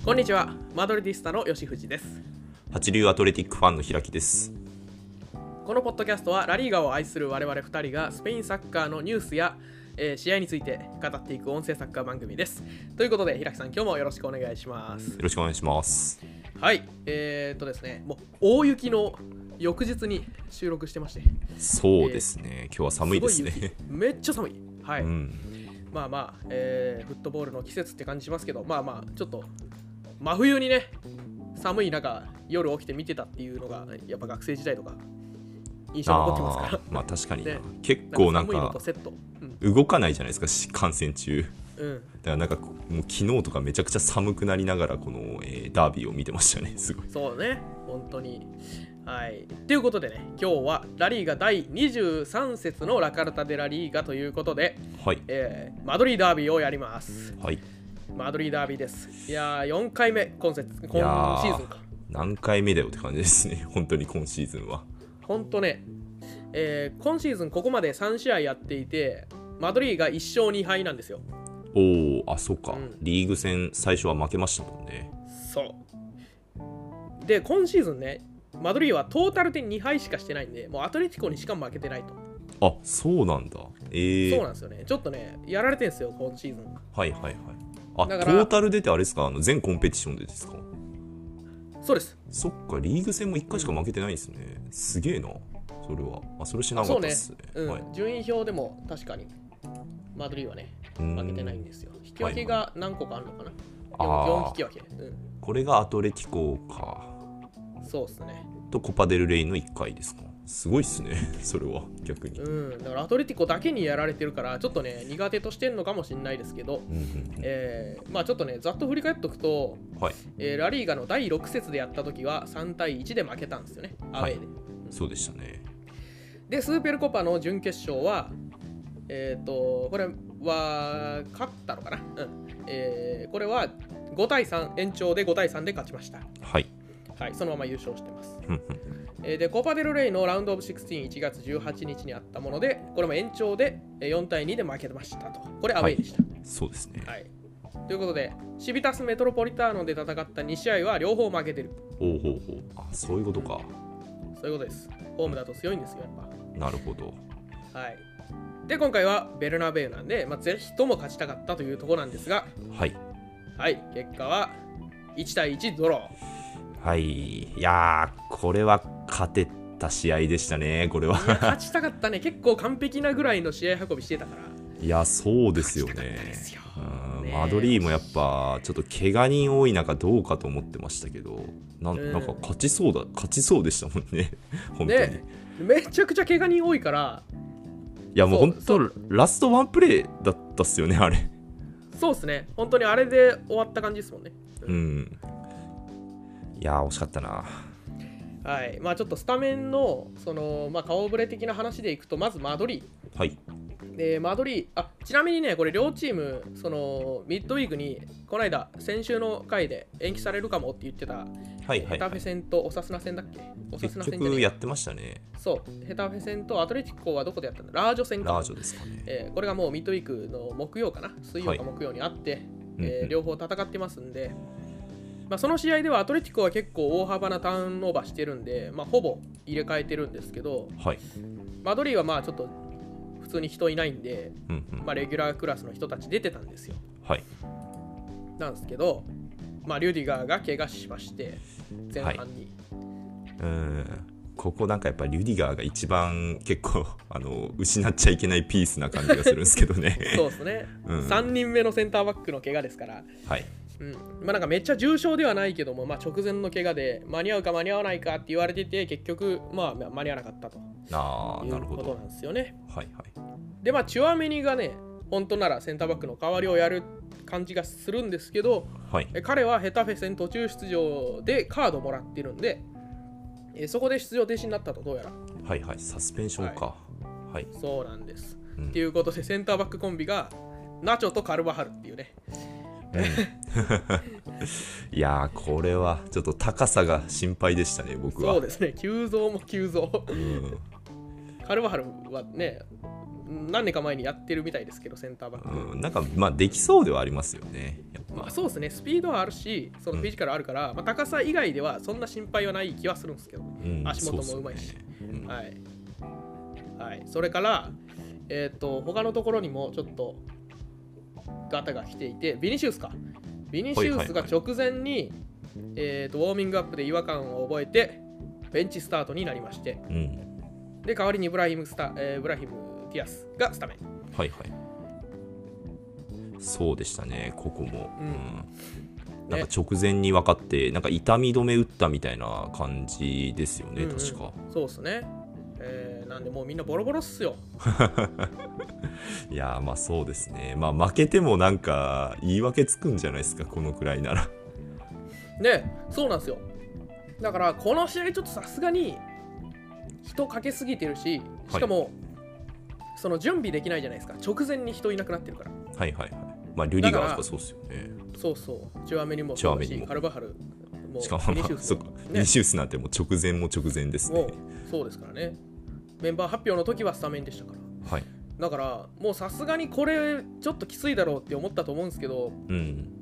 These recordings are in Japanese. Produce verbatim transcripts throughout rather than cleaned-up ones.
こんにちは、マドリディスタの吉藤です。 八流アトレティックファンの平木です。 このポッドキャストはラリーガを愛する我々ふたりがスペインサッカーのニュースや、えー、試合について語っていく音声サッカー番組です。ということで平木さん、今日もよろしくお願いします。 よろしくお願いします。 はい、えー、っとですねもう大雪の翌日に収録してまして、 そうですね、えー、今日は寒いですね。 すめっちゃ寒い。はい、うん、まあまあ、えー、フットボールの季節って感じしますけど、まあまあちょっと真冬にね寒い中夜起きて見てたっていうのがやっぱ学生時代とか印象残ってますから。 まあ確かに、ね、結構なんかセット、 うん、動かないじゃないですか、観戦中。 うん、 だからなんかもう昨日とかめちゃくちゃ寒くなりながらこの、えー、ダービーを見てましたね。すごい。 そうね、本当に。はい。ということでね、今日はラリーガだいにじゅうさん節のラカルタ・デ・ラリーガということで、 はい、 えー、マドリーダービーをやります。 はい。 マドリーダービーです。いやー、よんかいめ、今節、今シーズンか。 何回目だよって感じですね、本当に今シーズンは。 本当ね、えー、今シーズンここまでさん試合やっていて、マドリーがいっ勝に敗なんですよ。 おお、あ、そうか、うん、リーグ戦最初は負けましたもんね。 そう。で、今シーズンね、マドリーはトータルでに敗しかしてないんで、もうアトレティコにしか負けてないと。 あ、そうなんだ。えー、 そうなんですよね。ちょっとね、やられてるんですよ、今シーズン。 はいはいはい。あ、トータルでってあれですか、あの全コンペティションでですか？ そうです。 そっか、リーグ戦もいっかいしか負けてないんですね。すげえな、それは。あ、それ知らなかったですね。 そうね、うん、はい、順位表でも確かにマドリーはね、負けてないんですよ。引き分けが何個かあるのかな、はいはい、よん, よん引き分け、うん。 これがアトレティコか。 そうですね。 とコパデルレイのいっかいですか。すごいっすね、それは逆に。 うん、だからアトレティコだけにやられてるからちょっとね苦手としてんのかもしれないですけど、うんうんうん、えー、まあちょっとねざっと振り返っておくと、はい、えー、ラリーガのだいろく節でやった時はさんたいいちで負けたんですよね、アウェーで、はい、 うん、そうでしたね。 でスーペルコパの準決勝はえっ、ー、とこれは勝ったのかな、うん、えー、これはごたいさん、延長でごたいさんで勝ちました。 はい、 はい、そのまま優勝してます。でコパデルレイのラウンドオブじゅうろく、いちがつじゅうはちにちにあったもので、これも延長でよんたいにで負けましたと。これアウェーでした。 はい、そうですね。 はい、ということでシビタスメトロポリターノで戦ったに試合は両方負けてる。 おうほうほう。あ、そういうことか。 そういうことです。ホームだと強いんですよ、やっぱ。 なるほど。 はい。で今回はベルナベウなんで、まあ、ぜひとも勝ちたかったというところなんですが、 はい。 はい、結果はいちたいいちドロー。 はい、いやー、これは勝てた試合でしたね、これは。 勝ちたかったね、結構完璧なぐらいの試合運びしてたから。 いや、そうですよね。うん、マドリーもやっぱちょっと怪我人多い中どうかと思ってましたけど、な ん,、うん、なんか勝ちそうだ、勝ちそうでしたもんね、本当に。ね、 めちゃくちゃ怪我人多いから。 いや、もう本当ラストワンプレーだったっすよね、あれ。 そうっすね、本当にあれで終わった感じですもんね。 うん、うんいやー惜しかったな。 はい、まあちょっとスタメンのその、まあ、顔ぶれ的な話でいくと、まずマドリー。 はい。 でマドリー、あ、ちなみにね、これ両チームそのミッドウィークにこの間先週の回で延期されるかもって言ってた、はいはいはい、ヘタフェ戦とオサスナ戦だっけ。オサスナ戦結局やってましたね。 そう、ヘタフェ戦とアトレティコはどこでやったんだ。ラージョ戦か。 ラージョですかね。 えー、これがもうミッドウィークの木曜かな、水曜か木曜にあって、はい、えー、両方戦ってますんで、まあ、その試合ではアトレティコは結構大幅なターンオーバーしてるんで、まあ、ほぼ入れ替えてるんですけど、はい、マドリーはまあちょっと普通に人いないんで、うんうん、まあ、レギュラークラスの人たち出てたんですよ。はい、なんですけど、まあ、リュディガーが怪我しまして前半に、はい、 うーんここなんかやっぱりリュディガーが一番結構あの失っちゃいけないピースな感じがするんですけどね。 そうですね、うん、さんにんめのセンターバックの怪我ですから、はい、うん、まあ、なんかめっちゃ重症ではないけども、まあ、直前の怪我で間に合うか間に合わないかって言われてて、結局、まあ、間に合わなかったということなんですよね。はいはい、でまあチュアメニがね本当ならセンターバックの代わりをやる感じがするんですけど、はい、え彼はヘタフェ戦途中出場でカードもらってるんで、えそこで出場停止になったと。どうやらはいはい、サスペンションか。はい、はい、 そうなんです、うん、っていうことでセンターバックコンビがナチョとカルバハルっていうね。 いやーこれはちょっと高さが心配でしたね、僕は。 そうですね、急増も急増、うん、カルバハルはね何年か前にやってるみたいですけど、センターバック、 うん、なんかまあできそうではありますよね。やっぱまあ、そうですね、スピードはあるし、そのフィジカルあるから、うん、まあ、高さ以外ではそんな心配はない気はするんですけど、うん、足元もうまいし、ね、うん、はい、はい、それから、えー、と他のところにもちょっとガタが来ていて、ビニシウスか、ビニシウスが直前に、はいはいはい、えー、とウォーミングアップで違和感を覚えてベンチスタートになりまして、うん、で代わりにブラヒムスタ、えー、ブラヒムディアスがスタメン。 はいはい、そうでしたね、ここも、うんうん、なんか直前に分かって、ね、なんか痛み止め打ったみたいな感じですよね、うんうん、確か。 そうですね、えー、なんでもうみんなボロボロっすよ。 いやまあそうですね、まあ負けてもなんか言い訳つくんじゃないですか、このくらいなら。 ね、そうなんですよ。だからこの試合ちょっとさすがに人かけすぎてるし、しかも、はい、その準備できないじゃないですか、直前に人いなくなってるから。 はいはいはい、まあリュディガーとかそうっすよね。 そうそう、チュアメニもそうだし、カルバハルも、 しかも、まあ、そこ、ビニシウスなんてもう直前も直前ですね。もうそうですからね、メンバー発表の時はスタメンでしたから、はい、だからもうさすがにこれちょっときついだろうって思ったと思うんですけど、うん、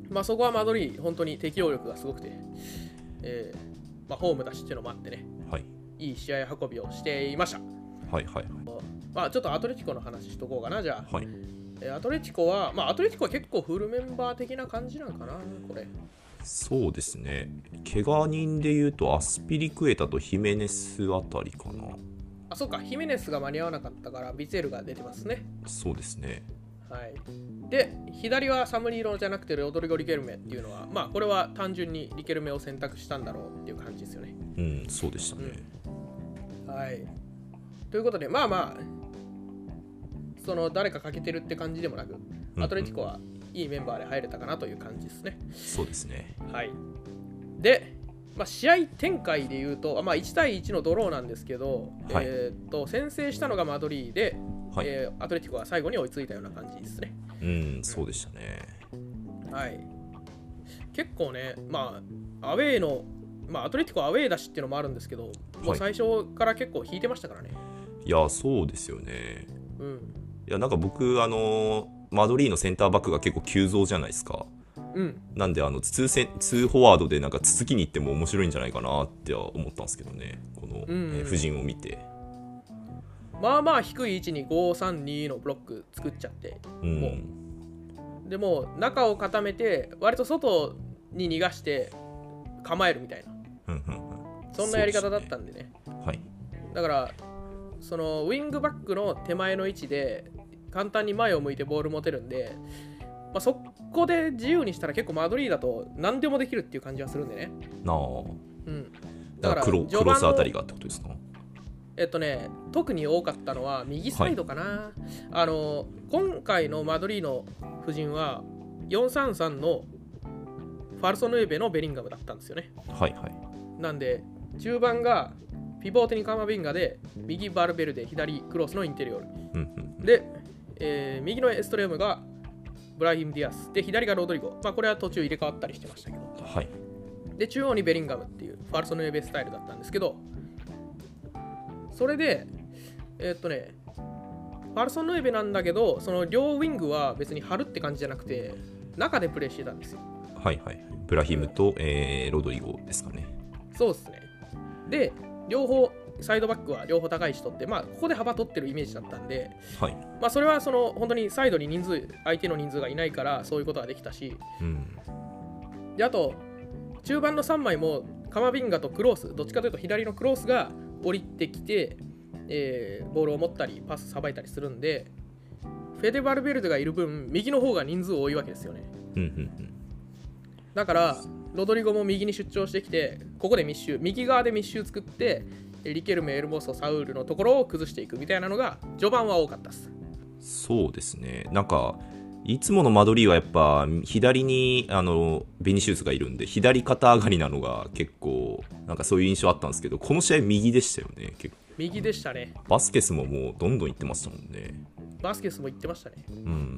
まあそこはマドリー本当に適応力がすごくて、えーまあ、ホームだしっていうのもあってね、はい、いい試合運びをしていました。 はいはいはい、 まあ、ちょっとアトレティコの話しとこうかな、じゃあ、はい、えー、アトレティコは、まあ、アトレティコは結構フルメンバー的な感じなのかな、これ。 そうですね、怪我人でいうとアスピリクエタとヒメネスあたりかな。 あ、そうか、ヒメネスが間に合わなかったからビツェルが出てますね。 そうですね、 はい、で左はサムリーロじゃなくてロドリゴ・リケルメっていうのは、まあこれは単純にリケルメを選択したんだろうっていう感じですよね。 うん、そうでしたね、 うん、はい、ということで、まあまあその誰か欠けてるって感じでもなく、うん、アトレティコはいいメンバーで入れたかなという感じですね。 そうですね、 はい、で、まあ、試合展開でいうと、まあ、いちたいいちのドローなんですけど、はい、えー、と先制したのがマドリーで、はい、えー、アトレティコは最後に追いついたような感じですね。 うん、そうでしたね。 はい、結構ね、まあアウェーの、まあ、アトレティコはアウェーだしっていうのもあるんですけど、はい、もう最初から結構引いてましたからね。 いや、そうですよね。うん、いや、なんか僕、あのマドリーのセンターバックが結構急増じゃないですか。うん、なんであの 2, セ2フォワードでなんか続きに行っても面白いんじゃないかなっては思ったんですけどね、この、うんうん、えー、布陣を見て。 まあまあ低い位置にごさんにのブロック作っちゃって、うん、もうでも中を固めて割と外に逃がして構えるみたいな、うんうんうん、そんなやり方だったんでね。はい、だからそのウィングバックの手前の位置で簡単に前を向いてボール持てるんで、まあ、そこで自由にしたら結構マドリーだと何でもできるっていう感じはするんでね。 なあ、うん、だからクロ、クロスあたりがってことですか。 えっとね、特に多かったのは右サイドかな、はい、あの今回のマドリーの布陣はよんさんさんのファルソヌエベのベリンガムだったんですよね。はいはい、なんで中盤がピボーテにカマビンガで右バルベルデ、左クロスのインテリオール、うんうん、で、えー、右のエストレムがブラヒム・ディアスで左がロドリゴ、まあ、これは途中入れ替わったりしてましたけど、はい、で中央にベリンガムっていうファルソヌエベスタイルだったんですけど、それでえー、っとねファルソヌエベなんだけど、その両ウィングは別に張るって感じじゃなくて中でプレーしてたんですよ。 はいはい、ブラヒムと、うん、えー、ロドリゴですかね。 そうですね。で両方サイドバックは両方高い人って、まあ、ここで幅取ってるイメージだったんで、はい、まあ、それはその本当にサイドに人数相手の人数がいないからそういうことができたし、うん、であと中盤のさんまいもカマビンガとクロース、どっちかというと左のクロースが降りてきて、えー、ボールを持ったりパスさばいたりするんで、フェデバルベルデがいる分右の方が人数多いわけですよね。うんうんうん、だからロドリゴも右に出張してきて、ここで密集、右側で密集作ってリケルメ、エルモソ、サウールのところを崩していくみたいなのが序盤は多かったです。 そうですね。なんかいつものマドリーはやっぱ左にあのベニシウスがいるんで左肩上がりなのが結構なんかそういう印象あったんですけど、この試合右でしたよね。結構右でしたね。 バスケスももうどんどんいってましたもんね。 バスケスもいってましたね。うん、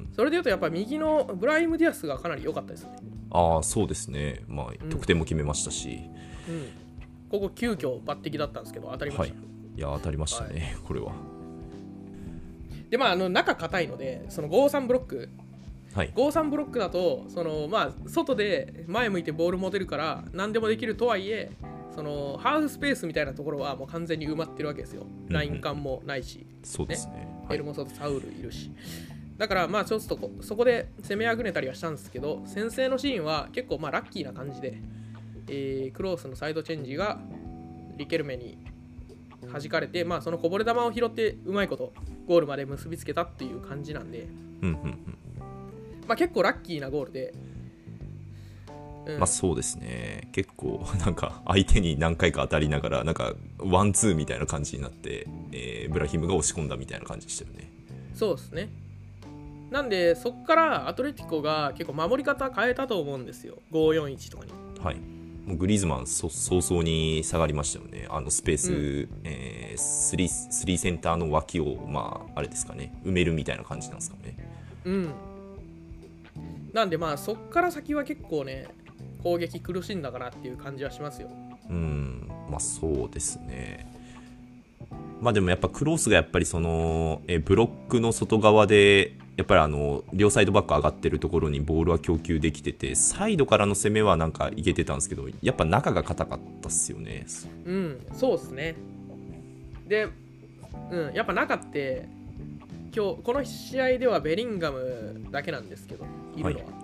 それでいうとやっぱり右のブライム・ディアスがかなり良かったですね。ああ、そうですね。まあ、うん、得点も決めましたし、 うん、ここ急遽抜擢だったんですけど当たりました。はい、 いや当たりましたね、はい、これは。 でまああの中硬いのでそのごさんブロック、はい、ごさんブロックだとそのまあ外で前向いてボール持てるから何でもできるとはいえそのハーフスペースみたいなところはもう完全に埋まってるわけですよ、うんうん、ライン間もないし、 そうですね、 はい、エルモソとサウルいるし、だからまあちょっとこそこで攻めあぐねたりはしたんですけど、先制のシーンは結構まあラッキーな感じで、えー、クロースのサイドチェンジがリケルメに弾かれて、まあ、そのこぼれ球を拾ってうまいことゴールまで結びつけたっていう感じなんで、 うんうんうん、 まあ、結構ラッキーなゴールで、 うん、まあそうですね、結構なんか相手に何回か当たりながらなんかワンツーみたいな感じになって、えー、ブラヒムが押し込んだみたいな感じでしたよね。 そうですね。なんでそっからアトレティコが結構守り方変えたと思うんですよ、ごーよんいちとかに。 はい、もうグリーズマンそ早々に下がりましたよね。あのスペース、うん、えー、スリー、スリーセンターの脇をまああれですかね、埋めるみたいな感じなんですかね。 うん。なんでまあそっから先は結構ね攻撃苦しんだかなっていう感じはしますよ。 うん、まあそうですね。まあでもやっぱクロースがやっぱりそのえブロックの外側でやっぱりあの両サイドバック上がってるところにボールは供給できてて、サイドからの攻めはなんかいけてたんですけど、やっぱ中が硬かったっすよね。 うん、そうですね。で、うん、やっぱ中って今日この試合ではベリンガムだけなんですけどいるのは、はい、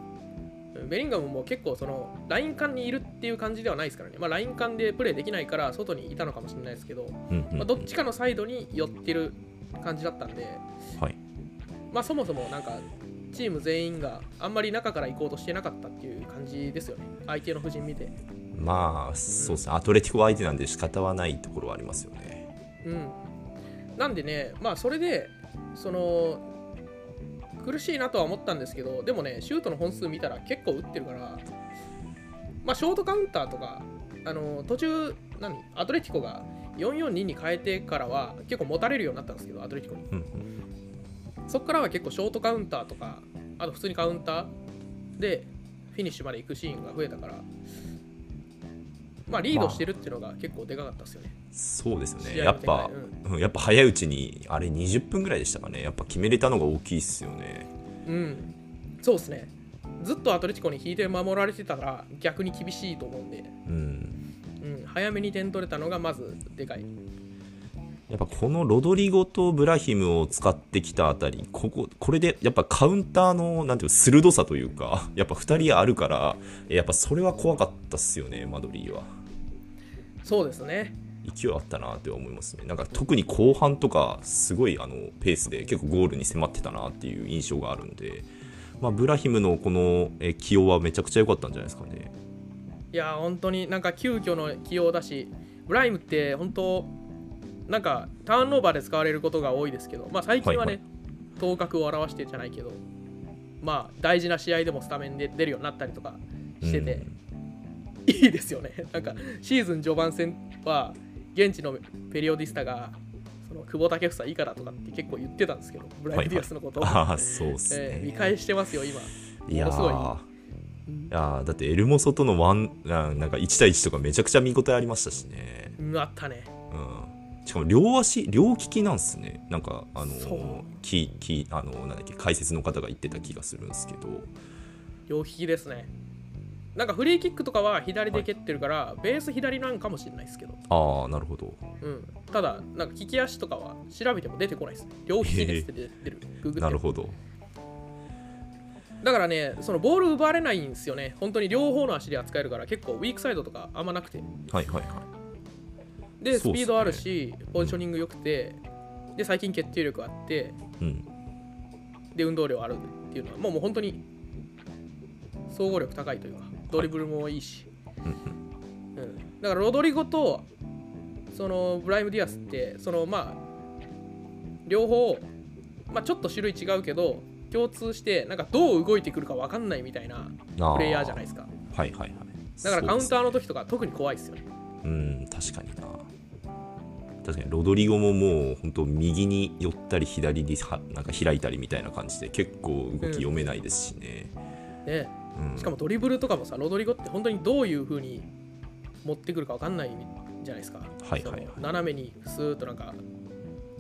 ベリンガムも結構そのライン間にいるっていう感じではないですからね。まあライン間でプレーできないから外にいたのかもしれないですけど、うんうんうん、まあ、どっちかのサイドに寄ってる感じだったんで、 はい、 まあそもそもなんかチーム全員があんまり中から行こうとしてなかったっていう感じですよね、相手の布陣見て。 まあそうですね、うん、アトレティコ相手なんで仕方はないところはありますよね。 うん、なんでね、まあそれでその苦しいなとは思ったんですけど、でもねシュートの本数見たら結構打ってるから、まあショートカウンターとかあの途中何アトレティコがよんよんにに変えてからは結構持たれるようになったんですけど、アトレティコに、うん、そっからは結構ショートカウンターとかあと普通にカウンターでフィニッシュまで行くシーンが増えたから、まあリードしてるっていうのが結構でかかったですよね。 まあ、そうですよね。やっぱ、うん、やっぱ早いうちにあれにじゅっぷんぐらいでしたかね。やっぱ決めれたのが大きいっすよね。 うん、そうですね。ずっとアトレティコに引いて守られてたら逆に厳しいと思うんで、うんうん、早めに点取れたのがまずでかい。 やっぱこのロドリゴとブラヒムを使ってきたあたり、こここれでやっぱカウンターのなんていう鋭さというか、やっぱふたりあるから、やっぱそれは怖かったっすよね、マドリーは。 そうですね。 勢いあったなって思いますね。なんか特に後半とかすごいあのペースで結構ゴールに迫ってたなっていう印象があるんで、まあ、ブラヒムのこの起用はめちゃくちゃ良かったんじゃないですかね。 いや本当になんか急遽の起用だし、ブラヒムって本当なんかターンオーバーで使われることが多いですけど、まあ、最近はね、はいはい、頭角を現してじゃないけど、まあ大事な試合でもスタメンで出るようになったりとかしてて、いいですよね。なんかシーズン序盤戦は現地のペリオディスタがその久保建英以下だとかって結構言ってたんですけど、ブライムディアスのことを、 はいはい、あそうっすね、 えー、見返してますよ今。 いやー、いやだってエルモソとのワンなんかいちたいいちとかめちゃくちゃ見応えありましたしね。 うん、あったね。 うん、しかも両足両利きなんすね。なんかあのききあのなんだっけ解説の方が言ってた気がするんですけど、 両利きですね。なんかフリーキックとかは左で蹴ってるから、はい、ベース左なんかもしれないですけど。 ああなるほど。 うん。ただなんか利き足とかは調べても出てこないですね。両利きですって出る。ググって。 なるほど。 だからね、そのボール奪われないんですよね。本当に両方の足で扱えるから結構ウィークサイドとかあんまなくて。 はいはいはい。 でスピードあるし、ね、ポジショニング良くて、うん、で最近決定力あって、うん、で運動量あるっていうのはもうもう本当に総合力高いというかドリブルもいいし、はい、うん、だからロドリゴとそのブライムディアスってそのまあ両方、まあ、ちょっと種類違うけど共通してなんかどう動いてくるか分かんないみたいなプレイヤーじゃないですか。 はいはいはい。 だからカウンターの時とか特に怖いですよね。 うん、確かにな。確かにロドリゴももう本当右に寄ったり左になんか開いたりみたいな感じで結構動き読めないですしね。 うん、ね、うん、しかもドリブルとかもさ、ロドリゴって本当にどういう風に持ってくるか分かんないじゃないですか。 はいはいはい。 斜めにスーッとなんか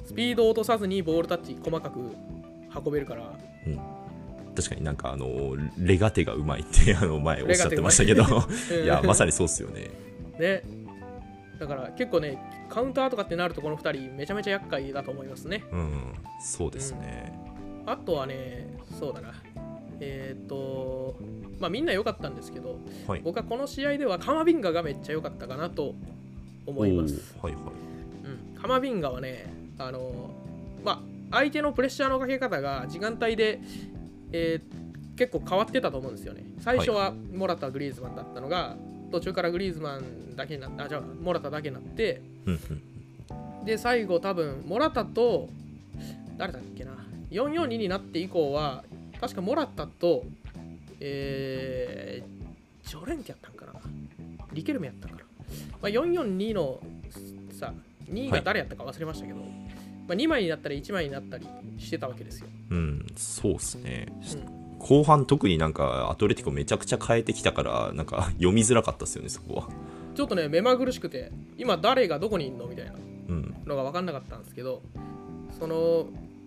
スピードを落とさずにボールタッチ細かく運べるから、 うん、確かになんかあのレガテがうまいってあの前おっしゃってましたけどいやまさにそうっすよね。 ね、だから結構ねカウンターとかってなるとこのふたりめちゃめちゃ厄介だと思いますね。 うん、そうですね、 うん、あとはねそうだなえっ、ー、とまあみんな良かったんですけど、はい、僕はこの試合ではカマビンガがめっちゃ良かったかなと思います。はいはいうん、カマビンガはねあのまあ相手のプレッシャーのかけ方が時間帯で、えー、結構変わってたと思うんですよね。最初はモラタグリーズマンだったのが、はい、途中からグリーズマンだけになってあじゃあモラタだけになってで最後多分モラタと誰だっけなよんよんにになって以降は確かモラタとえー、ジョレンテやったんかなリケルメやったんかな、まあ、よんよんにのさにが誰やったか忘れましたけど、はいまあ、にまいになったりいちまいになったりしてたわけですよ。 うんそうっすね、うん、後半特になんかアトレティコめちゃくちゃ変えてきたからなんか読みづらかったっすよねそこは。 ちょっとね目まぐるしくて今誰がどこにいんのみたいなのが分かんなかったんですけど、うん、その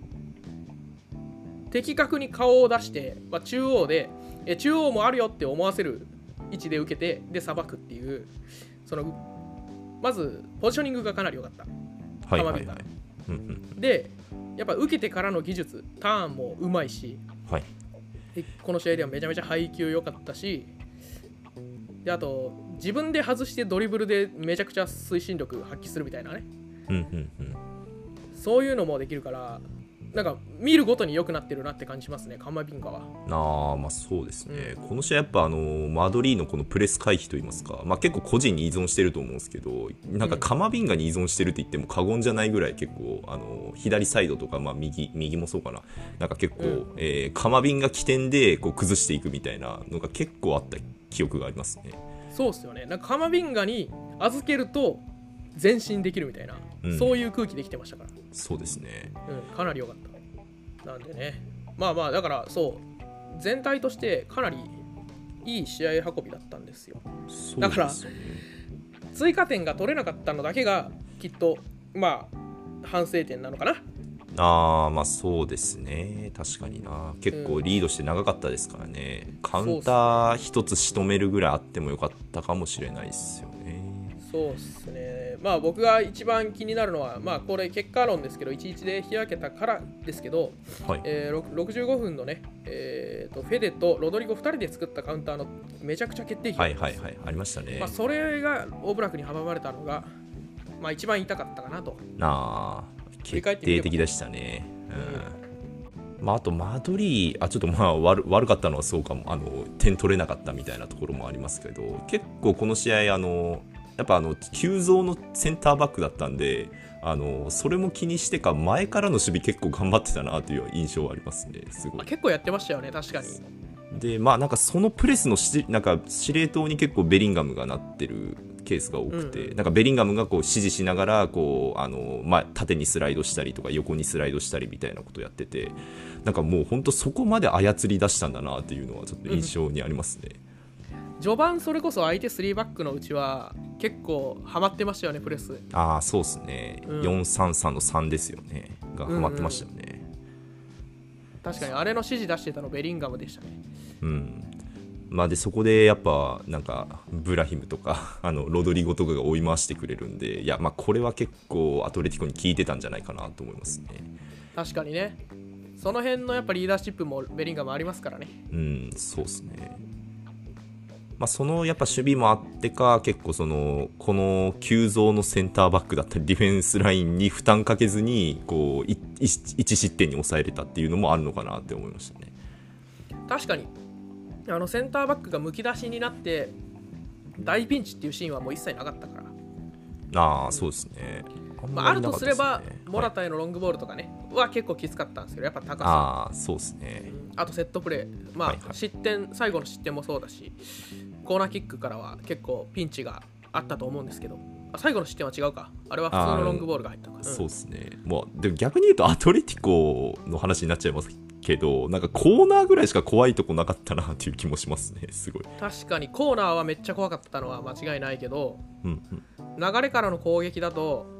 的確に顔を出して、まあ、中央でえ中央もあるよって思わせる位置で受けてでさばくっていうそのまずポジショニングがかなり良かった。 はいはいはい、 でやっぱ受けてからの技術ターンもうまいし、はい、でこの試合ではめちゃめちゃ配球良かったしであと自分で外してドリブルでめちゃくちゃ推進力発揮するみたいなね、うんうんうん、そういうのもできるからなんか見るごとに良くなってるなって感じますねカマビンガは。 あまあそうですね、うん、この試合やっぱあのマドリーのこのプレス回避といいますか、まあ、結構個人に依存してると思うんですけどなんかカマビンガに依存してるって言っても過言じゃないぐらい結構あの左サイドとか、まあ、右, 右もそうかななんか結構、うんえー、カマビンガ起点でこう崩していくみたいなのが結構あった記憶がありますね。 そうっすよね。なんかカマビンガに預けると前進できるみたいな、うん、そういう空気できてましたから。 そうですね、 うん、かなり良かったなんでねまあまあだからそう全体としてかなりいい試合運びだったんですよ。そうですね、だから追加点が取れなかったのだけがきっとまあ反省点なのかな。 あーまあそうですね確かにな結構リードして長かったですからね、うん、カウンター一つ仕留めるぐらいあってもよかったかもしれないですよね。 そうですねまあ僕が一番気になるのはまあこれ結果論ですけど いちたいいち で引き分けたからですけど、はいえー、ろくじゅうごふんのね、えー、とフェデとロドリゴふたりで作ったカウンターのめちゃくちゃ決定機はいはいはいありましたね、 まあ、それがオーブラックに阻まれたのがまあ一番痛かったかなと。 ああ決定的でしたね。うんまあ、あとマドリーあちょっとまあ 悪, 悪かったのはそうかもあの点取れなかったみたいなところもありますけど結構この試合あのやっぱあの急増のセンターバックだったんであのそれも気にしてか前からの守備結構頑張ってたなという印象はありますね。すごい結構やってましたよね確かに。 でまあなんかそのプレスのしなんか司令塔に結構ベリンガムがなってるケースが多くて、うん、なんかベリンガムがこう指示しながらこうあの、まあ、縦にスライドしたりとか横にスライドしたりみたいなことをやっててなんかもう本当そこまで操り出したんだなっていうのはちょっと印象にありますね、 うん、序盤それこそ相手スリーバックのうちは結構ハマってましたよねプレス。 ああそうですね、うん、よんさんさんのさんですよねがハマってましたよね、うんうん、 確かにあれの指示出してたのベリンガムでしたね。 うんまあ、でそこでやっぱなんかブラヒムとかあのロドリゴとかが追い回してくれるんでいやまあこれは結構アトレティコに効いてたんじゃないかなと思いますね。 確かにねその辺のやっぱリーダーシップもベリンガムありますからね。 うんそうですね、まあ、そのやっぱ守備もあってか結構そのこの急増のセンターバックだったりディフェンスラインに負担かけずにこういち失点に抑えれたっていうのもあるのかなって思いましたね。 確かにあのセンターバックがむき出しになって大ピンチっていうシーンはもう一切なかったから。 ああそうですね。 あ, まあ、あるとすればモラタへのロングボールとかね、はい、は結構きつかったんですけどやっぱ高さああそうですね、 うん、あとセットプレーまあ、はいはい、失点最後の失点もそうだしコーナーキックからは結構ピンチがあったと思うんですけど最後の失点は違うかあれは普通のロングボールが入ったか、うん、 そうですね、まあ、でも逆に言うとアトレティコの話になっちゃいますけどなんかコーナーぐらいしか怖いとこなかったなっていう気もしますね。すごい確かにコーナーはめっちゃ怖かったのは間違いないけど、うんうん、流れからの攻撃だと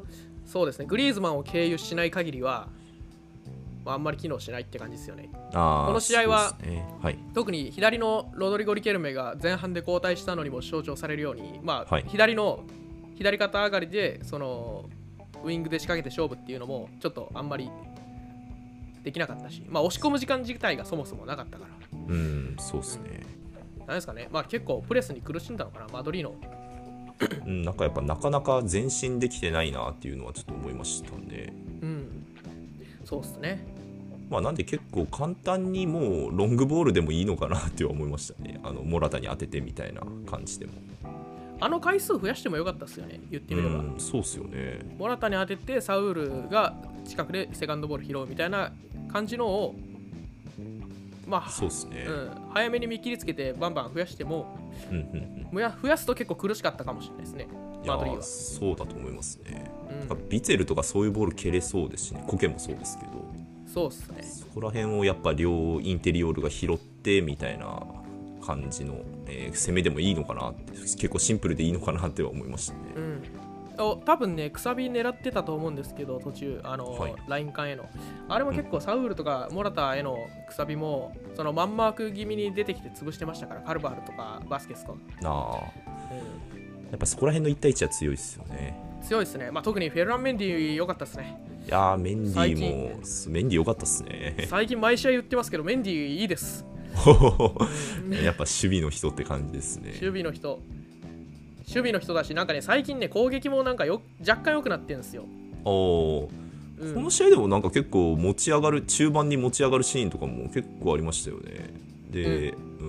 そうですね、グリーズマンを経由しない限りは、まあ、あんまり機能しないって感じですよね。 あこの試合は、 ね、はい、 特に左のロドリゴ・リケルメが前半で交代したのにも象徴されるように、まあ、はい、左の左肩上がりでそのウイングで仕掛けて勝負っていうのもちょっとあんまりできなかったし、まあ、押し込む時間自体がそもそもなかったから。 うん、そうですね。 なんですかね、まあ、結構プレスに苦しんだのかな、マドリーノ。 うん、なんかやっぱなかなか前進できてないなっていうのはちょっと思いましたね。 うん、そうですね。 まあ、なんで結構簡単にもうロングボールでもいいのかなって思いましたね。あのモラタに当ててみたいな感じでも。 あの回数増やしてもよかったですよね、言ってみれば。 うん、そうっすよね。 モラタに当ててサウールが近くでセカンドボール拾うみたいな感じのを、まあ、 そうっすね、 うん、早めに見切りつけてバンバン増やしても、 うんうんうん、 増やすと結構苦しかったかもしれないですね。マドリーはそうだと思いますね、うん、ビツェルとかそういうボール蹴れそうですしね、コケもそうですけど、 そうっすね、 そこら辺をやっぱ両インテリオールが拾ってみたいな感じの、えー、攻めでもいいのかなって、結構シンプルでいいのかなっては思いましたね。 うん、多分ね、くさび狙ってたと思うんですけど、途中あの、はい、ライン間へのあれも結構サウールとかモラタへのくさびも、うん、そのマンマーク気味に出てきて潰してましたから、カルバールとかバスケスとか。 あ、うん、やっぱそこら辺のいち対いちは強いですよね。 強いですね、まあ、特にフェルナン・メンディ良かったですね。 いやー、メンディもメンディ良かったですね。 最近毎試合言ってますけど、メンディいいです。 やっぱ守備の人って感じですね。 守備の人守備の人だし、なんかね、最近ね、攻撃もなんかよ若干良くなってるんですよ。 お、うん、この試合でもなんか結構持ち上がる、中盤に持ち上がるシーンとかも結構ありましたよね。で、うんうん、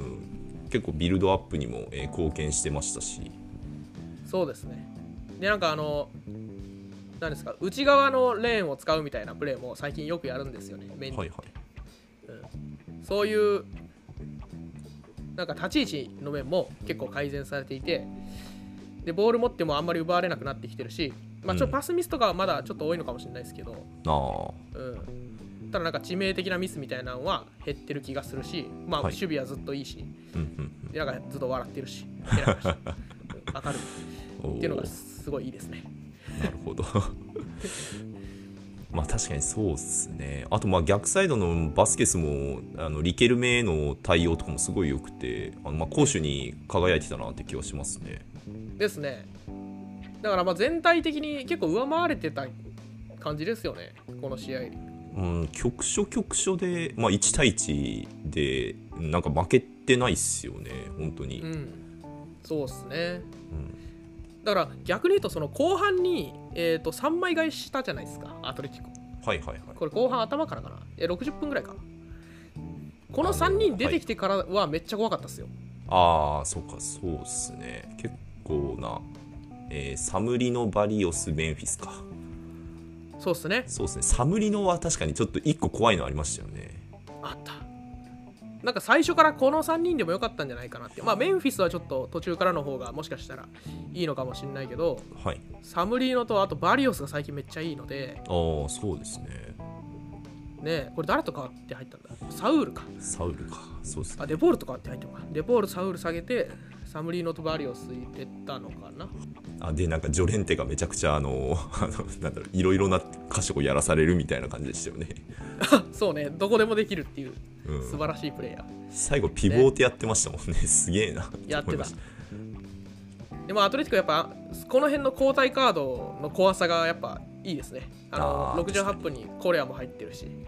結構ビルドアップにも、えー、貢献してましたし。 そうですね。で、なんかあの何ですか、内側のレーンを使うみたいなプレーも最近よくやるんですよね、メンディ。はいはい、うん、そういうなんか立ち位置の面も結構改善されていて、でボール持ってもあんまり奪われなくなってきてるし、まあ、ちょっとパスミスとかはまだちょっと多いのかもしれないですけど、うん、うん、ただなんか致命的なミスみたいなのは減ってる気がするし、まあ、守備はずっといいし、はい、でなんかずっと笑ってるし、明るいっていうのがすごいいいですね。 なるほど。まあ確かにそうですね。あとまあ逆サイドのバスケスもあのリケルメへの対応とかもすごい良くて、あのまあ攻守に輝いてたなって気はしますね。 ですね。だからまあ全体的に結構上回れてた感じですよね、この試合。 うん、局所局所で、まあ、いち対いちでなんか負けてないっすよね、本当に。うん、 そうっすね。うんだから逆に言うとその後半に、えー、とさんまい返ししたじゃないですか、アトレティコ。 はいはいはい。 これ後半頭からかな、えろくじゅっぷんぐらいか。このさんにん出てきてからはめっちゃ怖かったですよ。 ああ、そうか、そうっすね。結構な、えー、サムリノ、バリオス、メンフィスか。 そうっすね。 そうっすね。サムリノは確かにちょっといっこ怖いのありましたよね。 あった。なんか最初からこのさんにんでもよかったんじゃないかなって。まあメンフィスはちょっと途中からの方がもしかしたらいいのかもしれないけど、はい、サムリーノとあとバリオスが最近めっちゃいいので。 ああ、そうですね。 ねえ、これ誰と変わって入ったんだ。サウールか。 サウールか。そうですね。 あ、デポールと変わって入ったのか。デポール、サウール下げて、サムリーノとバリオス入れたのかな。 あで、なんかジョレンテがめちゃくちゃあの、あのなんだろう、いろいろな箇所をやらされるみたいな感じでしたよね。 そうね、どこでもできるっていう、うん、素晴らしいプレイヤー。 最後ピボーテやってましたもんね。すげえな。 やってた。でもアトレティコやっぱこの辺の交代カードの怖さがやっぱいいですね。あのあろくじゅうはっぷんにコレアも入ってるし。 うん、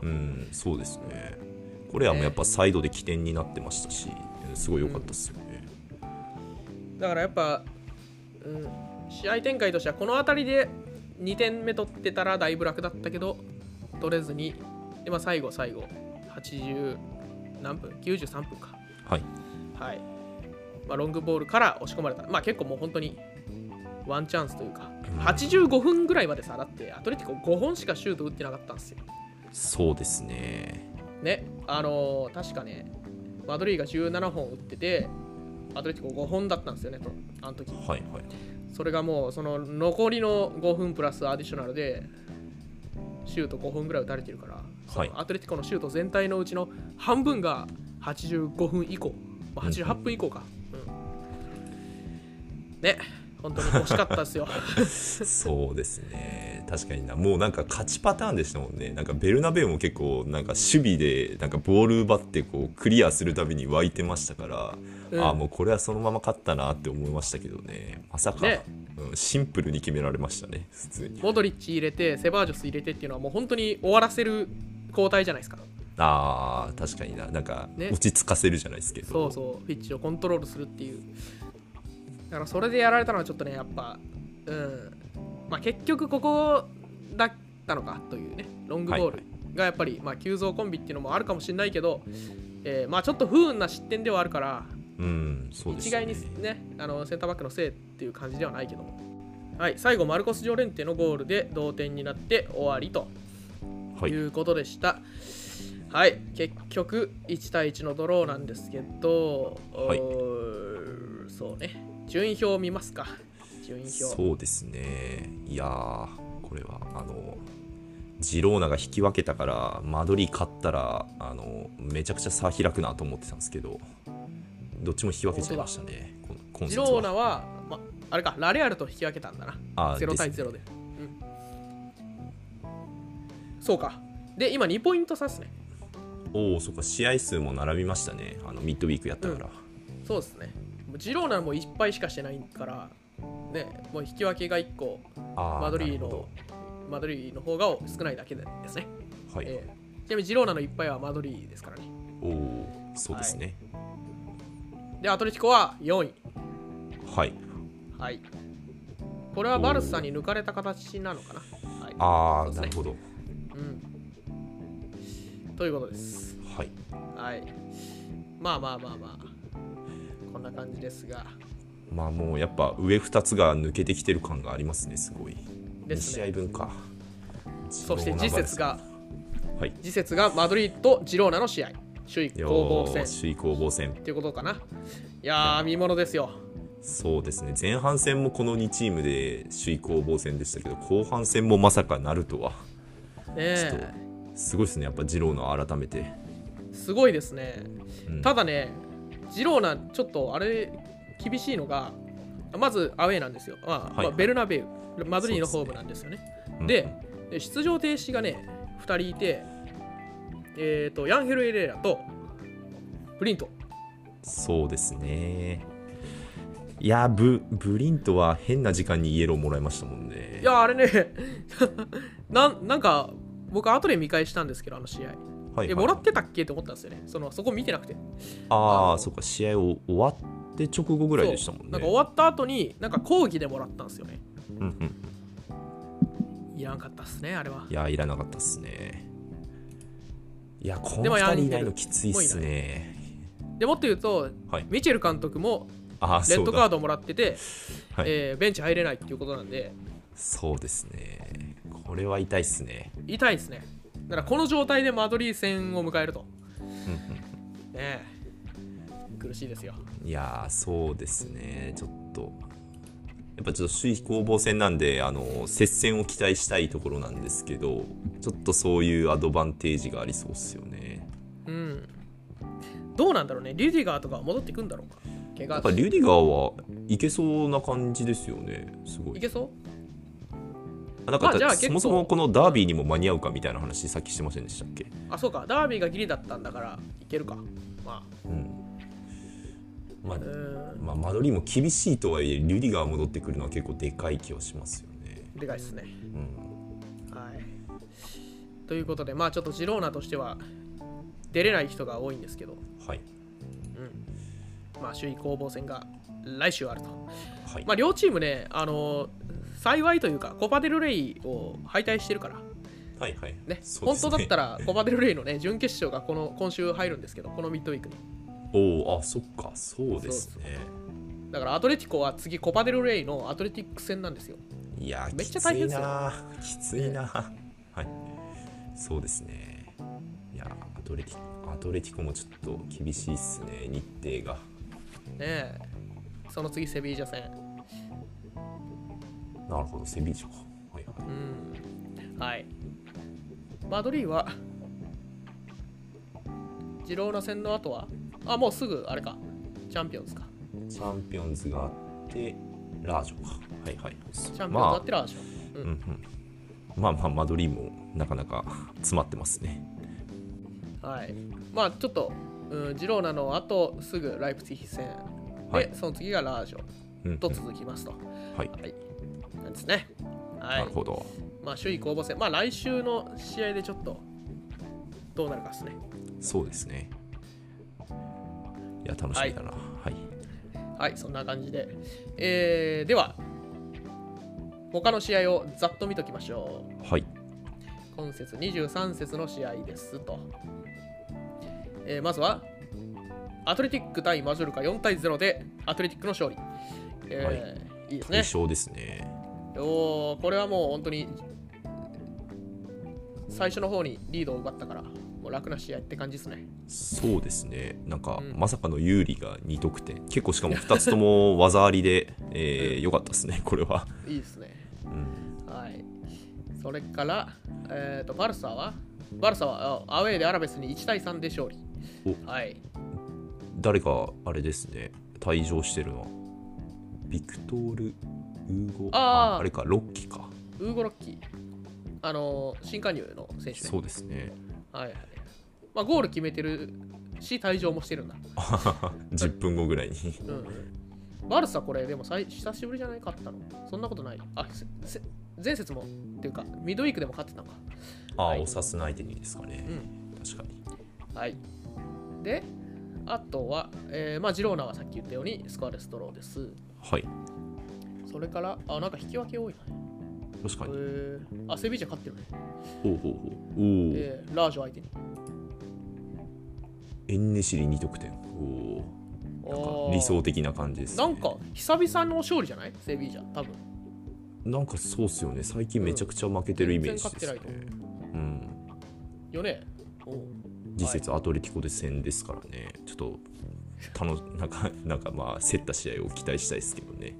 そうですね。コレアもやっぱサイドで起点になってましたし、すごい良かったですよね。 うん、だからやっぱ、うん、試合展開としてはこの辺りでにてんめ取ってたらだいぶ楽だったけど取れずに、で、まあ、最後最後はちじゅう何分きゅうじゅうさんぷんか。 はい。 はい。まあ、ロングボールから押し込まれた。まあ結構もう本当にワンチャンスというか、うん、はちじゅうごふんぐらいまでさ、だってアトレティコごほんしかシュート打ってなかったんですよ。 そうですね。 ね、あのー、確かね、マドリーがじゅうななほん打ってて、アトレティコごほんだったんですよね、とあの時。 はいはい。 それがもうその残りのごふんプラスアディショナルでシュートごほんぐらい打たれてるから、はい、アトレティコのシュート全体のうちの半分がはちじゅうごふん以降、まあ、はちじゅうはっぷん以降か。うん、ね、 本当に惜しかったですよ。 そうですね、確かにな。もうなんか勝ちパターンでしたもんね。なんかベルナベウも結構なんか守備でなんかボール奪ってこうクリアするたびに湧いてましたから、うん、ああもうこれはそのまま勝ったなって思いましたけどね。まさか、ね、うん、シンプルに決められましたね。普通にモドリッチ入れてセバージョス入れてっていうのはもう本当に終わらせる交代じゃないですか。 あー確かにな。なんか落ち着かせるじゃないですけど、ね、 そうそうピッチをコントロールするっていう。だからそれでやられたのはちょっとねやっぱうんまあ結局ここだったのかというね。ロングボールがやっぱり、はいはい、まあ急増コンビっていうのもあるかもしれないけど、えー、まあちょっと不運な失点ではあるから、 うんそうですね、 一概にねあのセンターバックのせいっていう感じではないけども、はい、最後マルコス・ジョレンテのゴールで同点になって終わりということでした。はいはい、結局いち対いちのドローなんですけど、はい、そうね、順位表を見ますか。順位表。 そうですね。いやー、これはあのジローナが引き分けたからマドリー勝ったらあのめちゃくちゃ差開くなと思ってたんですけど、どっちも引き分けちゃいましたね。 ジローナは、ま、あれか、ラレアルと引き分けたんだな。あゼロ対ゼロで、ね、うん。そうか。で、今にポイント差ですね。 おお、そっか、試合数も並びましたね。あのミッドウィークやったから、 うん、そうですね。ジローナもいっぱいしかしてないからね、もう引き分けがいっこマドリーのマドリーの方が少ないだけですね。はい、えー、ちなみにジローナのいっぱいはマドリーですからね。 おお、そうですね。 はい、でアトレティコはよんい。 はいはい。これはバルサに抜かれた形なのかな。はい、 ああ、ね、なるほど。 うん。ということです。 はい。はい。 まあまあまあまあ、こんな感じですが。 まあもうやっぱ上ふたつが抜けてきてる感がありますね、すごい。ですね、に試合分か。 そして次節が、はい、次節がマドリーとジローナの試合。首位攻防戦。 首位攻防戦。 っていうことかな。いやー、見ものですよ。 そうですね。前半戦もこのにチームで首位攻防戦でしたけど、後半戦もまさかなるとは。ね、ちょっとすごいですね、やっぱジローナ改めて。 すごいですね。うん、ただね、ジローナちょっとあれ厳しいのが、まずアウェーなんですよ。まあはいはい、まあ、ベルナベウ、マドリーのホームなんですよね。で、ね、うん、で出場停止がね、ふたりいて、えーと、ヤンヘル・エレーラとブリント。 そうですね。いやブ、ブリントは変な時間にイエローもらいましたもんね。 いや、あれねな、なんか、僕、後で見返したんですけど、あの試合。はいはい、え、もらってたっけって思ったんですよね。そのそこ見てなくて。 ああ、そっか、試合を終わって直後ぐらいでしたもんね。 なんか終わった後に、なんか講義でもらったんですよね。うんうん。いらなかったっすね、あれは。 いや、いらなかったっすね。いや、このふたりいないのきついっすね。 でもっと言うと、はい、ミチェル監督もレッドカードもらってて、はい、えー、ベンチ入れないっていうことなんで。 そうですね。これは痛いっすね。 痛いっすね。だからこの状態でマドリー戦を迎えると。うんうん、ねえ、苦しいですよ。 いやー、そうですね。ちょっとやっぱちょっと首位攻防戦なんで、あの接戦を期待したいところなんですけど、ちょっとそういうアドバンテージがありそうですよね。 うん。どうなんだろうね。リュディガーとか戻ってくんだろうか。怪我やっぱリュディガーはいけそうな感じですよね。すごい。 いけそう？ なんか、まあ、そもそもこのダービーにも間に合うかみたいな話さっきしてませんでしたっけ？ あ、そうか。ダービーがギリだったんだからいけるか。まあ。うん。 まあ、まあ、マドリーも厳しいとはいえ、リュディガー戻ってくるのは結構でかい気はしますよね。 でかいですね。うん。はい。ということで、まあちょっとジローナとしては出れない人が多いんですけど。はい。うん。まあ首位攻防戦が来週あると。はい。まあ両チームね、あのー、幸いというかコパデルレイを敗退してるから、 はいはいね、本当だったらコパデルレイのね準決勝がこの今週入るんですけど、このミッドウィークに。 おお、あ、そっか、そうですね。そうそう、だからアトレティコは次コパデルレイのアトレティック戦なんですよ。 いや、めっちゃ大変ですよ。きついな、ね、はい、そうですね。いや、アトレティコ、アトレティコもちょっと厳しいっすね、日程が。ねえ、その次セビージャ戦。 なるほど、セビージャか。はいはい。 うん。はい。マドリーは、ジローナ戦の後は、あ、もうすぐあれか、チャンピオンズか。 チャンピオンズがあって、 ラージョか。はいはい。 チャンピオンだってラージョ。 まあ、うんうん。まあまあ、マドリーもなかなか詰まってますね。 はい。まあ、ちょっと、うん、ジローナの後すぐライプツィヒ戦で、はい、その次がラージョと続きますと。うんうん、はい。はい。なんですね。はい。 なるほど。 まあ、首位攻防戦。まあ、来週の試合でちょっとどうなるかですね。 そうですね。いや、楽しみだな。はい。はい、 はい、そんな感じで。えー、では、他の試合をざっと見ときましょう。はい。 今節にじゅうさん節の試合ですと。えー、まずは、アトレティック対マジョルカよんたいゼロでアトレティックの勝利。えーはい、いいですね。 いい勝ですね。 おこれはもう本当に最初の方にリードを奪ったからもう楽な試合って感じですね。 そうですね。なんか、うん、まさかの有利がに得点、結構しかもふたつとも技ありで、えー、うん、よかったですねこれは。 いいですね。うん、はい。それから、えー、とバルサはバルサはアウェーでアラベスにいちたいさんで勝利。はい。 誰かあれですね、退場してるのはビクトール・ウーゴ、ああ、あれか、ロッキか。 ウーゴロッキ、あのー、新加入の選手、ね、 そうですね。 はいはい。まあ、ゴール決めてるし、退場もしてるんだ。 じゅっぷんごぐらいに、 うん。バルサ、これ、でもさい久しぶりじゃないかったの。そんなことない。あ、前節も、っていうか、ミドウィークでも勝ってたのか。 ああ、はい、オサスナ相手にですかね。うん、確かに。 はい。で、あとは、えーまあ、ジローナはさっき言ったようにスコアレスドローです。 はい。 それから、あ、なんか引き分け多いな。 確かに。 えー、あ、セビージャ勝ってるね。 ほうほうほう。おえー、ラージョ相手に。 エンネシリに得点。おお。理想的な感じです、ね。 なんか、久々の勝利じゃないセビージャ、多分。 なんかそうっすよね。最近めちゃくちゃ負けてるイメージですね。うん。 よね。お次節アトレティコで戦ですからね、ちょっとたのなんかなんかまあ競った試合を期待したいですけどね。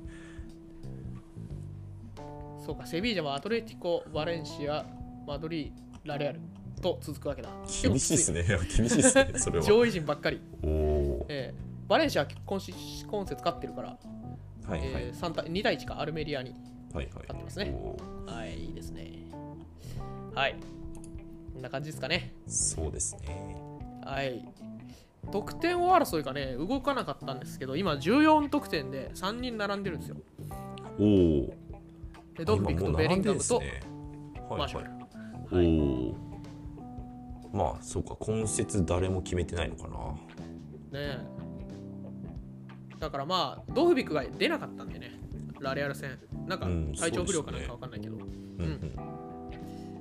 そうか、セビージャはアトレティコ、バレンシア、マドリー、ラレアルと続くわけだ。 厳しいですね。厳しいですね。それは上位陣ばっかり。 おお、 えー。バレンシアは今シ今節勝ってるから、 はいはい、 えー、さん対にたいいちかアルメリアに勝ってますね。はい、はい、いいですね。はい。こんな感じですかね。 そうですね。 はい。得点王争いがね、動かなかったんですけど、今じゅうよん得点でさんにん並んでるんですよ。 おお。 で、ドフビクとベリンガムとマーシャル。 はいはい、おお。まあ、そうか、今節誰も決めてないのかな。ねえ。だからまあ、ドフビクが出なかったんでね、ラレアル戦。なんか体調不良かなんか分かんないけど。うん、うん。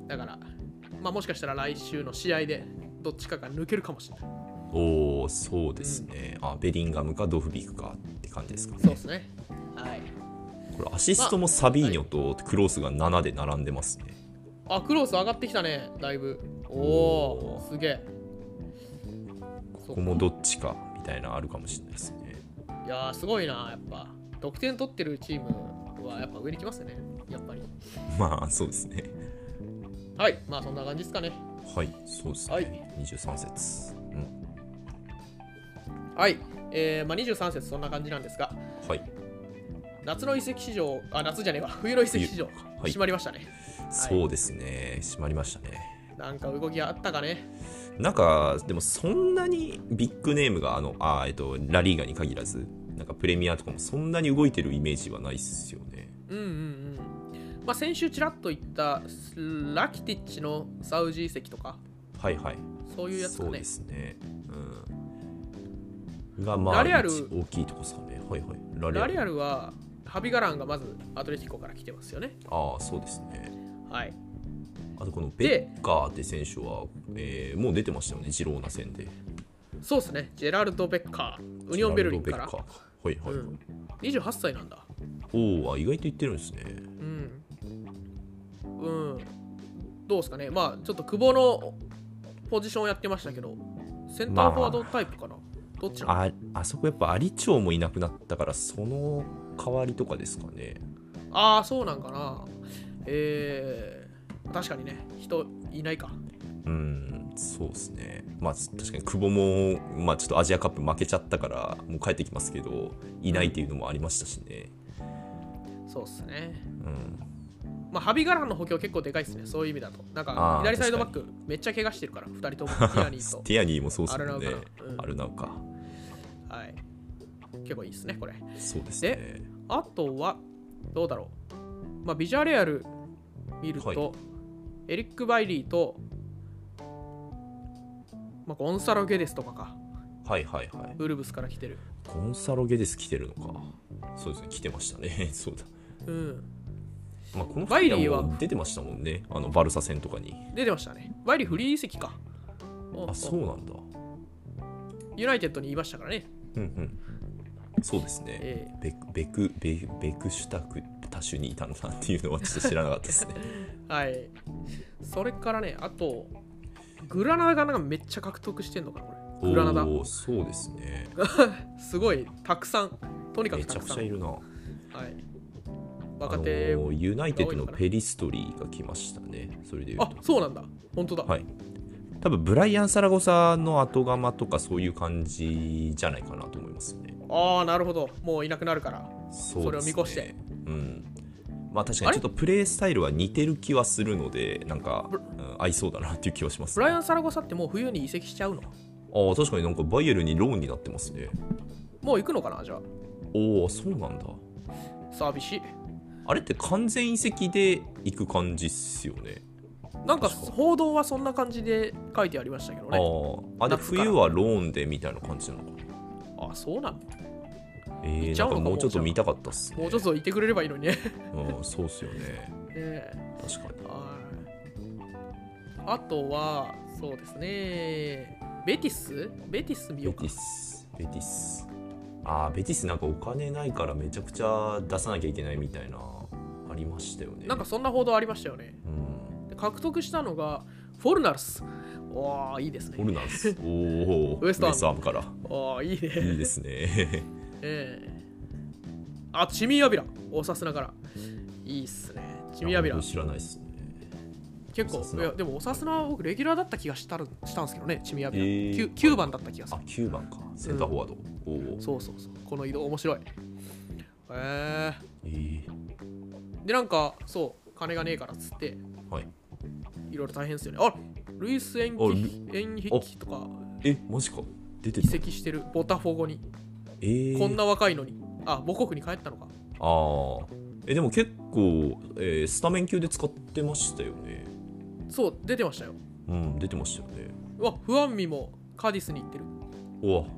だから、まあ、もしかしたら来週の試合でどっちかが抜けるかもしれない。 おお、そうですね、うん、あ、ベリンガムかドフビクかって感じですかね。 そうですね。はい。 これアシストもサビーニョとクロースがななで並んでますね。 あ、クロース上がってきたね、だいぶ。おお、すげえ。 ここもどっちかみたいなあるかもしれないですね。 いやー、すごいな、やっぱ。得点取ってるチームはやっぱ上に来ますね、やっぱり。 まあ、そうですね。 はい、まあそんな感じですかね。 はい、そうですね。はい、にじゅうさん節。うん、 はい、えーまあ、にじゅうさん節そんな感じなんですが、 はい、 夏の移籍市場、あ、夏じゃねえわ、冬の移籍市場、はい、閉まりましたね。 そうですね、閉まりましたね。 なんか動きあったかね。 なんか、でもそんなにビッグネームが、あの、あ、えっと、ラリーガに限らず、なんかプレミアとかもそんなに動いてるイメージはないっすよね。 うんうんうん。まあ、先週ちらっと言ったラキティッチのサウジ移籍とか、 はいはい、 そういうやつかね。 そうですね。うん、がまあラレアル大きいとこですかね。はいはい。 ラレアル、ラレアルはハビガランがまずアトレティコから来てますよね。 ああ、そうですね。 はい。 あとこのベッカーって選手は、えー、もう出てましたよね、ジローナ戦で。 そうですね、ジェラルド・ベッカー、ウニオンベルリンから。 はいはい、うん、 にじゅうはっさいなんだ。 おお、意外と言ってるんですね。 うん。うん。どうですかね、まあちょっと久保のポジションをやってましたけど、センターフォワードタイプかな、まあ、どっちなの？ ああそこやっぱアリチョウもいなくなったから、その代わりとかですかね。 ああ、そうなんかな。えー、確かにね、人いないか。 うん、そうですね。まあ確かに久保も、まあ、ちょっとアジアカップ負けちゃったからもう帰ってきますけど、いないっていうのもありましたしね。 そうっすね。うん。まあ、ハビガランの補強結構でかいっすね、そういう意味だと。なんか、左サイドバックめっちゃ怪我してるから、ふたりとも、ティアニーと。 ティアニーもそうっすね。アルナウか。 はい。結構いいっすね、これ。 そうですね。 で、あとは、どうだろう。まあ、ビジャレアル見ると、はい、エリック・バイリーと、まあ、ゴンサロ・ゲデスとかか。 はいはいはい。 ウルブスから来てる。 ゴンサロ・ゲデス来てるのか。そうですね、来てましたね。そうだ。 うん。 まあ、このふたりは出てましたもんね。あのバルサ戦とかに。 出てましたね。バイリーフリー移籍か。 あ、そうなんだ。 ユナイテッドに言いましたからね。 うんうん。そうですね。えー、ベク、ベク、ベベクシュタクタシュにいたんだっていうのはちょっと知らなかったですね。 はい。それからね、あと、グラナダがなんかめっちゃ獲得してんのかな、これ。グラナダ。 おー、そうですね。 すごい、たくさん。とにかくたくさん。めちゃくちゃいるな。はい。 若手、 あのー、ユナイテッドのペリストリーが来ましたね。それでいうと。 あ、そうなんだ。本当だ。 はい。多分ブライアン・サラゴサの後釜とかそういう感じじゃないかなと思いますね。 ああ、なるほど。もういなくなるから。そうですね。それを見越して。 うん。まあ確かにちょっとプレースタイルは似てる気はするので、なんか、うん、合いそうだなっていう気はします、 ね。ブライアン・サラゴサってもう冬に移籍しちゃうの？ ああ、確かになんかバイエルにローンになってますね。 もう行くのかな、じゃあ。 おお、そうなんだ。 寂しい。 あれって完全移籍で行く感じっすよね。 なんか報道はそんな感じで書いてありましたけどね。 ああ、で冬はローンでみたいな感じなのかな。あ、そうなの。 えー、なんかもうちょっと見たかったっすね。 もうちょっといてくれればいいのにね。 うん、そうっすよね。えー、確かに。 あとは、そうですね。ベティスベティス見ようか。 ベティス。ベティス。ああ、ベティスなんかお金ないからめちゃくちゃ出さなきゃいけないみたいな、ありましたよね。 なんかそんな報道ありましたよね。うん、で獲得したのが、フォルナルス。おー、いいですね。 フォルナルス。おお、ウエストハムから。 おー、いいね。 いいですね。 ええー。あ、チミアビラ。おさすなから。いいっすね。チミアビラ。 知らないっすね。 結構、いやでもおさすな僕レギュラーだった気がしたしたんですけどね、チミアビラ、えー、きゅうばんだった気がする。 あ、きゅうばんか。センターフォワード。 うん、そうそうそう。この移動面白い。へえー。えー、で、なんか、そう、金がねえからっつって、はい。いろいろ大変ですよね。あ、ルイス・エンヒエンヒッキとか。 え、マジか。出てた。移籍してる、ボタフォゴに。えー、こんな若いのに。あ、母国に帰ったのか。 ああ。え、でも結構、えー、スタメン級で使ってましたよね。 そう、出てましたよ。 うん、出てましたよね。 うわ、フアンミもカディスに行ってる。 うわ。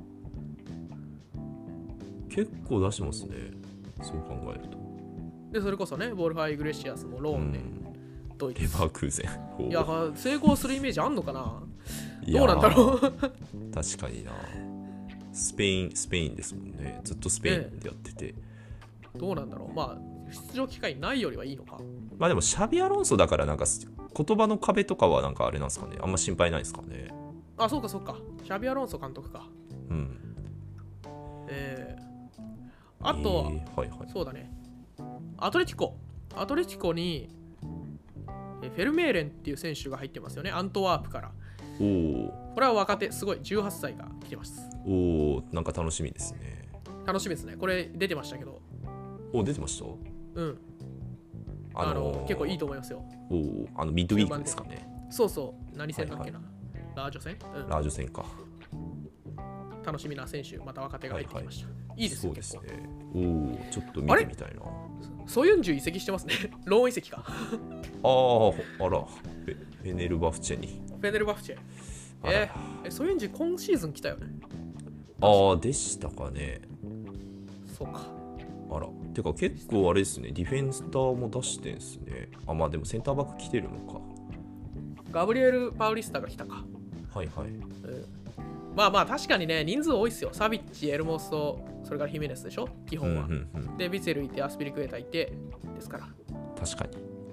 結構出してますね。そう考えると。 で、それこそね、ボルファイ・グレシアスもローンで、 ドイツ。レバークーゼン。いや、成功するイメージあんのかな。どうなんだろう。 確かにな。スペイン、スペインですもんね。ずっとスペインでやってて。ね、 どうなんだろう。まあ、出場機会ないよりはいいのか。 まあでも、シャビアロンソだから、なんか、言葉の壁とかはなんかあれなんですかね。あんま心配ないですかね。 あ、そうかそうか。シャビアロンソ監督か。うん。えー、あとは、えーはいはい、そうだね。アトレティコ。アトレティコに、フェルメーレンっていう選手が入ってますよね。アントワープから。おお。これは若手、すごい。じゅうはっさいが来てます。 おお、なんか楽しみですね。 楽しみですね。これ出てましたけど。 お、出てました？ うん。あのー、あの結構いいと思いますよ。 おお、あのミッドウィークですかね。 そうそう。何戦だっけな、はいはい、ラージョ戦、 うん、ラージョ戦か。 楽しみな選手、また若手が入ってきました。はいはい、いいですよ、結構。 おお、ちょっと見てみたいな。 ソユンジュ移籍してますね。ローン移籍か。 ああ、あら、フェネルバフチェに。 フェネルバフチェ。えー、ソユンジュ今シーズン来たよね。 ああ、でしたかね。 そうか。 あら、てか結構あれですね、ディフェンスターも出してんすね。あ、まあでもセンターバック来てるのか。 ガブリエル・パウリスタが来たか。 はいはい。うん、 まあまあ確かにね、人数多いっすよ。サビッチ、エルモソ、それからヒメネスでしょ、基本は。うんうんうん、で、ビツェルいて、アスピリクエタいて、ですから。 確かに。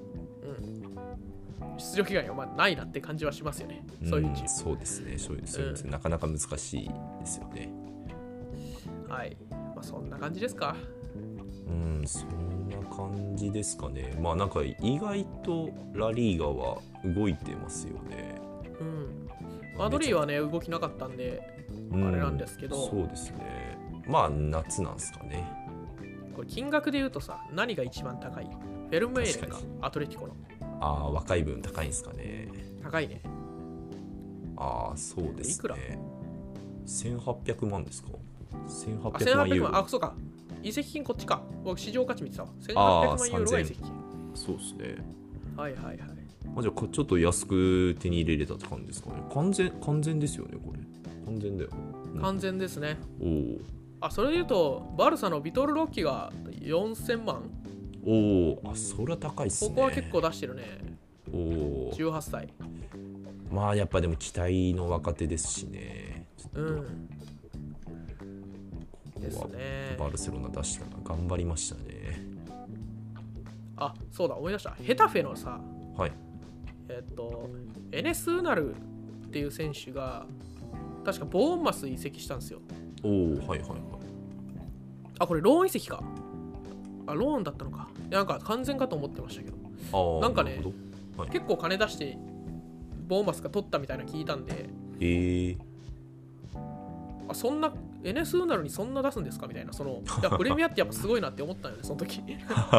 うん。出場機会はまあないなって感じはしますよね。そういうチーム。 そうですね、そういう、そういう、うん、なかなか難しいですよね。 はい。まあそんな感じですか。 うん、そんな感じですかね。まあなんか意外とラリーガは動いてますよね。 うん。マドリーはね、動きなかったんで、うん、あれなんですけど。 そうですね。まあ夏なんですかね。 これ金額で言うとさ、何が一番高い？フェルメーレか、アトレティコの。 ああ、若い分高いんですかね。 高いね。 ああ、そうですね。いくら？せんはっぴゃくまんですか？せんはっぴゃくまんユーロ。あ、そうか。移籍金こっちか。僕、市場価値見てたわ。せんはっぴゃくまんユーロが移籍金。 そうですね。 はいはいはい。 あ、じゃあ、ちょっと安く手に入れれたって感じですかね。完全、完全ですよね、これ。完全だよ。 うん、完全ですね。 おお。 あ、それで言うと、バルサのビトル・ロッキがよんせんまん。 おお、あ、それは高いっすね。 ここは結構出してるね。 おお。 じゅうはっさい。 まあ、やっぱでも期待の若手ですしね。 うん。ですね。 バルセロナ出したら頑張りましたね。 あ、そうだ、思い出した。ヘタフェのさ、 はい。 えっと、エネス・ウナルっていう選手が、確かボーンマス移籍したんですよ。 おお、はいはいはい。 あ、これローン移籍か。あ、ローンだったのか。なんか完全かと思ってましたけど。あ、なんかね、はい、結構金出して、ボーンマスが取ったみたいな聞いたんで。 えー。 あ、そんな、エネス ウナルにそんな出すんですかみたいな。その、いや、プレミアってやっぱすごいなって思ったよね、その時。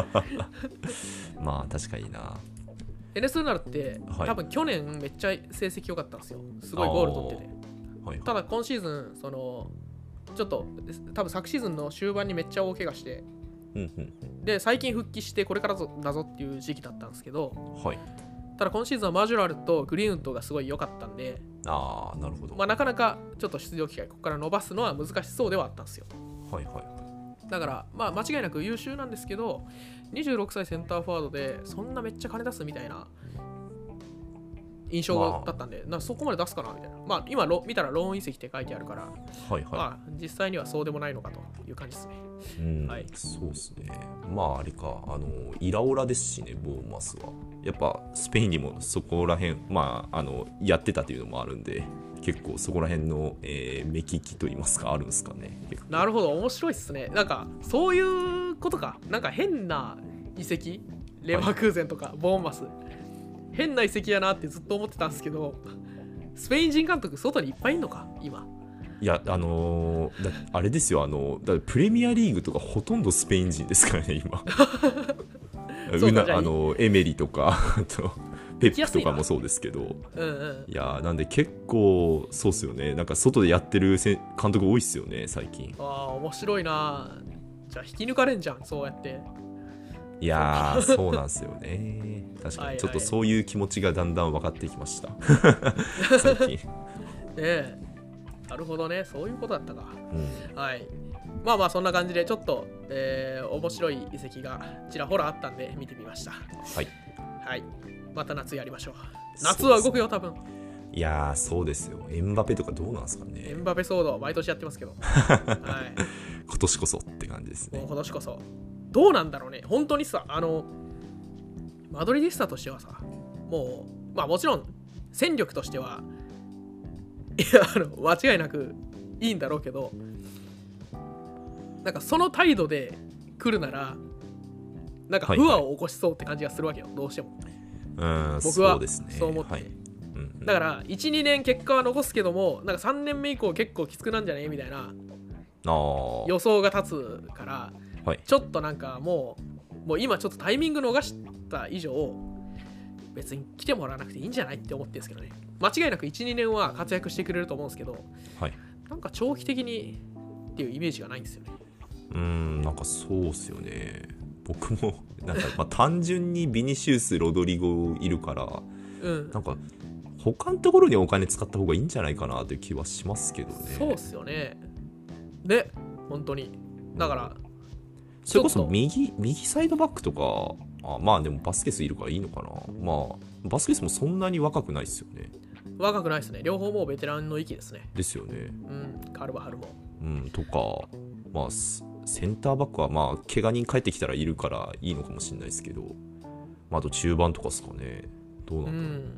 まあ、確かにな。 エネス ウナルって、はい、多分去年めっちゃ成績良かったんですよ。すごいゴール取ってて。はい、ただ今シーズン、その、ちょっと、多分昨シーズンの終盤にめっちゃ大怪我して、で、最近復帰して、これからだぞっていう時期だったんですけど、はい、ただ今シーズンはマジュラルとグリーンウッドがすごい良かったんで、 あー、なるほど。 まあ、なかなかちょっと出場機会ここから伸ばすのは難しそうではあったんですよ。 はいはい。 だから、まあ、間違いなく優秀なんですけど、にじゅうろくさいセンターフォワードでそんなめっちゃ金出すみたいな印象だったんで、まあ、なそこまで出すかなみたいな。まあ、今ロ見たらローン移籍って書いてあるから、はいはい、まあ、実際にはそうでもないのかという感じですね。 うん、はい、そうですね。まああれか、あのイラオラですしね、ボーマスは。やっぱスペインにもそこら辺、まあ、あのやってたというのもあるんで、結構そこら辺の、えー、目利きといいますか、あるんですかね。 なるほど、面白いっすね。なんかそういうことか。なんか変な移籍、レバークーゼンとか、はい、ボーンマス、変な移籍やなってずっと思ってたんですけど、スペイン人監督外にいっぱいいんのか今。 いや、あのー、だあれですよ、あのだプレミアリーグとかほとんどスペイン人ですからね今。うなあのエメリとかあとペップとかもそうですけど、うん、うん、いやなんで結構そうっすよね。なんか外でやってる監督多いっすよね最近。 ああ、面白いな。じゃあ引き抜かれんじゃん、そうやって。 いやーそうなんですよね。確かにちょっとそういう気持ちがだんだん分かってきました最近。ねえ、なるほどね、そういうことだったか。うん、はい。まあまあそんな感じでちょっと、えー、面白い遺跡がちらほらあったんで見てみました。はい。はい。また夏やりましょう。夏は動くよ多分。 いやーそうですよ。エムバペとかどうなんですかね。 エムバペ騒動毎年やってますけど。はい。 今年こそって感じですね。 もう今年こそ。どうなんだろうね。本当にさ、あのマドリディスタとしてはさ、もうまあもちろん戦力としてはいやあの間違いなくいいんだろうけど、なんかその態度で来るならなんか不和を起こしそうって感じがするわけよ、はいはい、どうしても。 うん僕はそうですね、 そう思って、 はい、 うん、だから いちにねん結果は残すけどもなんかさんねんめ以降結構きつくなんじゃねみたいな予想が立つから、はい、ちょっとなんかもうもう今ちょっとタイミング逃した以上別に来てもらわなくていいんじゃないって思ってるんですけどね。間違いなく いちにねんは活躍してくれると思うんですけど、はい、なんか長期的にっていうイメージがないんですよね。 うーん、なんかそうっすよね。僕もなんかまあ単純にビニシウス、ロドリゴいるから、うん、なんか他のところにお金使った方がいいんじゃないかなという気はしますけどね。 そうっすよね。で、本当にだからそれこそ右右サイドバックとか、あまあでもバスケスいるからいいのかな。まあバスケスもそんなに若くないですよね。 若くないですね。両方もうベテランの域ですね。 ですよね。 うん、カルバハルも。 うん、とか、まあセンターバックはまあ怪我人帰ってきたらいるからいいのかもしれないですけど、まあ、あと中盤とかですかね。どうなんだろう。うん、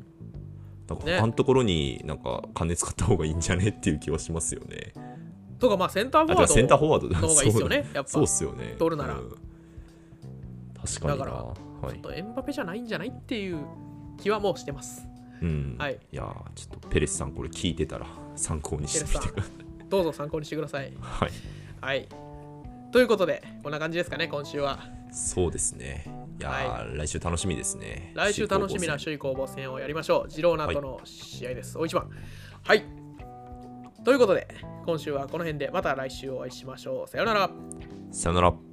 なんか他のところになんか金使った方がいいんじゃねっていう気はしますよね。 とかまあセンターフォワードセンターフォワードの方がいいですよね。やっぱそうっすよね。 取るなら、うん、 確かにな。 だから、はい、ちょっとエンバペじゃないんじゃないっていう気はもうしてます。 うん、はい。いやちょっとペレスさんこれ聞いてたら参考にしてみてください。 どうぞ参考にしてください。 はい。 はい。 ということでこんな感じですかね今週は。 そうですね。いや、はい、来週楽しみですね。 来週楽しみな首位攻防戦をやりましょう。ジローナとの試合です、はい、大一番。はい、ということで今週はこの辺でまた来週お会いしましょう。さようなら。 さようなら。